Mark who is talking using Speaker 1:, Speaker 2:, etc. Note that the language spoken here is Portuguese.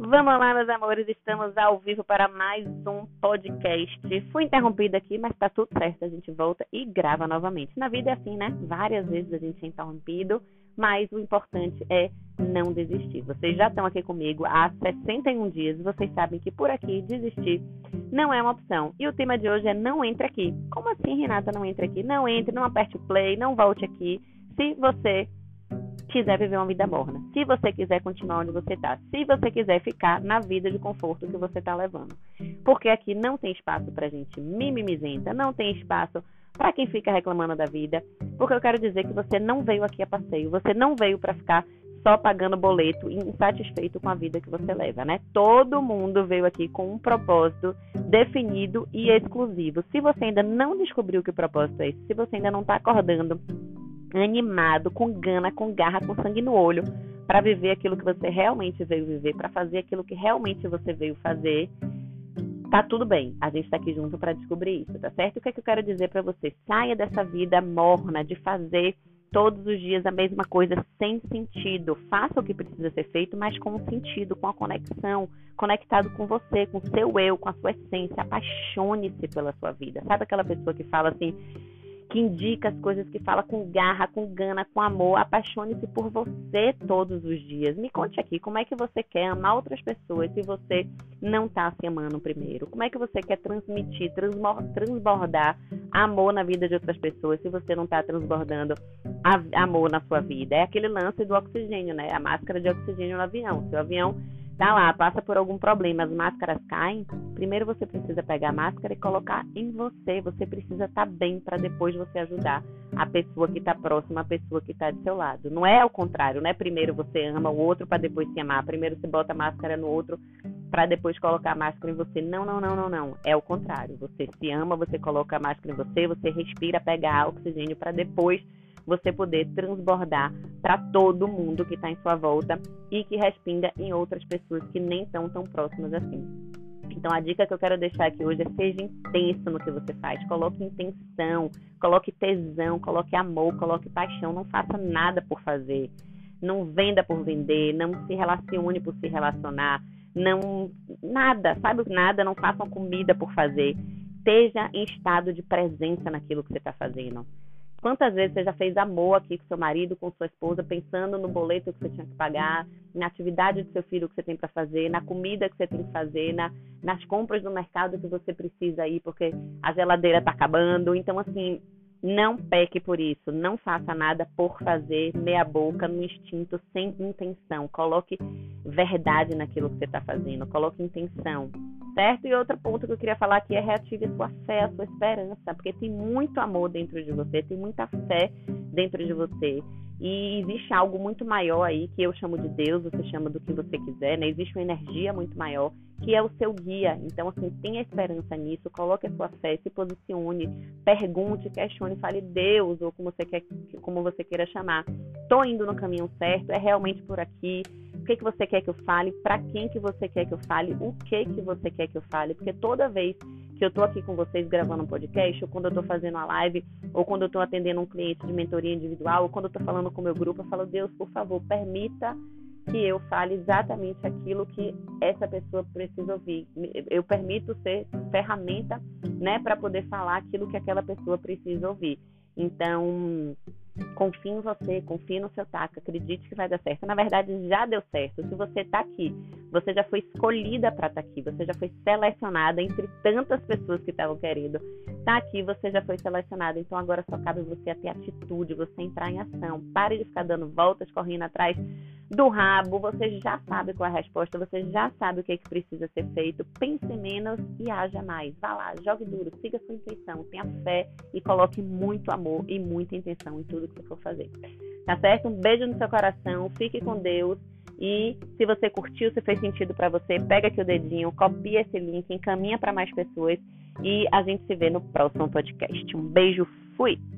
Speaker 1: Vamos lá, meus amores, estamos ao vivo para mais um podcast. Fui interrompida aqui, mas tá tudo certo, a gente volta e grava novamente. Na vida é assim, né? Várias vezes a gente é interrompido, mas o importante é não desistir. Vocês já estão aqui comigo há 61 dias, vocês sabem que por aqui desistir não é uma opção. E o tema de hoje é não entre aqui. Como assim, Renata, não entre aqui? Não entre, não aperte o play, não volte aqui. Se você quiser viver uma vida morna, se você quiser continuar onde você está, se você quiser ficar na vida de conforto que você está levando. Porque aqui não tem espaço para gente mimimizenta, não tem espaço para quem fica reclamando da vida, porque eu quero dizer que você não veio aqui a passeio, você não veio para ficar só pagando boleto e insatisfeito com a vida que você leva, né? Todo mundo veio aqui com um propósito definido e exclusivo. Se você ainda não descobriu que o propósito é esse, se você ainda não está acordando animado, com gana, com garra, com sangue no olho, para viver aquilo que você realmente veio viver, para fazer aquilo que realmente você veio fazer, tá tudo bem. A gente tá aqui junto para descobrir isso, tá certo? O que é que eu quero dizer para você? Saia dessa vida morna de fazer todos os dias a mesma coisa sem sentido. Faça o que precisa ser feito, mas com sentido, com a conexão, conectado com você, com o seu eu, com a sua essência. Apaixone-se pela sua vida. Sabe aquela pessoa que fala assim, que indica as coisas, que fala com garra, com gana, com amor? Apaixone-se por você todos os dias. Me conte aqui, como é que você quer amar outras pessoas se você não está se amando primeiro? Como é que você quer transmitir, transbordar amor na vida de outras pessoas se você não está transbordando amor na sua vida? É aquele lance do oxigênio, né? A máscara de oxigênio no avião. Se o avião tá lá, passa por algum problema, as máscaras caem, primeiro você precisa pegar a máscara e colocar em você. Você precisa estar bem para depois você ajudar a pessoa que está próxima, a pessoa que está do seu lado. Não é ao contrário, não é primeiro você ama o outro para depois se amar. Primeiro você bota a máscara no outro para depois colocar a máscara em você. Não. É o contrário. Você se ama, você coloca a máscara em você, você respira, pega oxigênio para depois você poder transbordar para todo mundo que está em sua volta e que respinga em outras pessoas que nem estão tão próximas assim. Então, a dica que eu quero deixar aqui hoje é: seja intenso no que você faz. Coloque intenção, coloque tesão, coloque amor, coloque paixão. Não faça nada por fazer. Não venda por vender, não se relacione por se relacionar. Nada, sabe nada, não faça comida por fazer. Esteja em estado de presença naquilo que você está fazendo. Quantas vezes você já fez amor aqui com seu marido, com sua esposa, pensando no boleto que você tinha que pagar, na atividade do seu filho que você tem para fazer, na comida que você tem que fazer, nas compras do mercado que você precisa ir porque a geladeira está acabando? Então, assim, não peque por isso. Não faça nada por fazer, meia boca, no instinto, sem intenção. Coloque verdade naquilo que você está fazendo. Coloque intenção. Certo? E outro ponto que eu queria falar aqui é: reative a sua fé, a sua esperança, porque tem muito amor dentro de você, tem muita fé dentro de você. E existe algo muito maior aí, que eu chamo de Deus, você chama do que você quiser, né? Existe uma energia muito maior, que é o seu guia. Então, assim, tenha esperança nisso, coloque a sua fé, se posicione, pergunte, questione, fale Deus, ou como você queira chamar. Estou indo no caminho certo? É realmente por aqui? O que você quer que eu fale? Para quem que você quer que eu fale? O que você quer que eu fale? Porque toda vez que eu estou aqui com vocês gravando um podcast, ou quando eu estou fazendo uma live, ou quando eu estou atendendo um cliente de mentoria individual, ou quando eu estou falando com o meu grupo, eu falo: Deus, por favor, permita que eu fale exatamente aquilo que essa pessoa precisa ouvir. Eu permito ser ferramenta, né, para poder falar aquilo que aquela pessoa precisa ouvir. Então, confie em você, confie no seu taco, acredite que vai dar certo. Na verdade, já deu certo. Se você está aqui, você já foi escolhida para estar aqui, você já foi selecionada entre tantas pessoas que estavam querendo estar aqui, você já foi selecionada. Então agora só cabe você ter atitude, você entrar em ação. Pare de ficar dando voltas, correndo atrás do rabo. Você já sabe qual é a resposta, você já sabe o que é que precisa ser feito. Pense menos e haja mais. Vá lá, jogue duro, siga sua intuição, tenha fé e coloque muito amor e muita intenção em tudo que você for fazer. Tá certo? Um beijo no seu coração, fique com Deus. E se você curtiu, se fez sentido para você, pega aqui o dedinho, copia esse link, encaminha para mais pessoas e a gente se vê no próximo podcast. Um beijo, fui!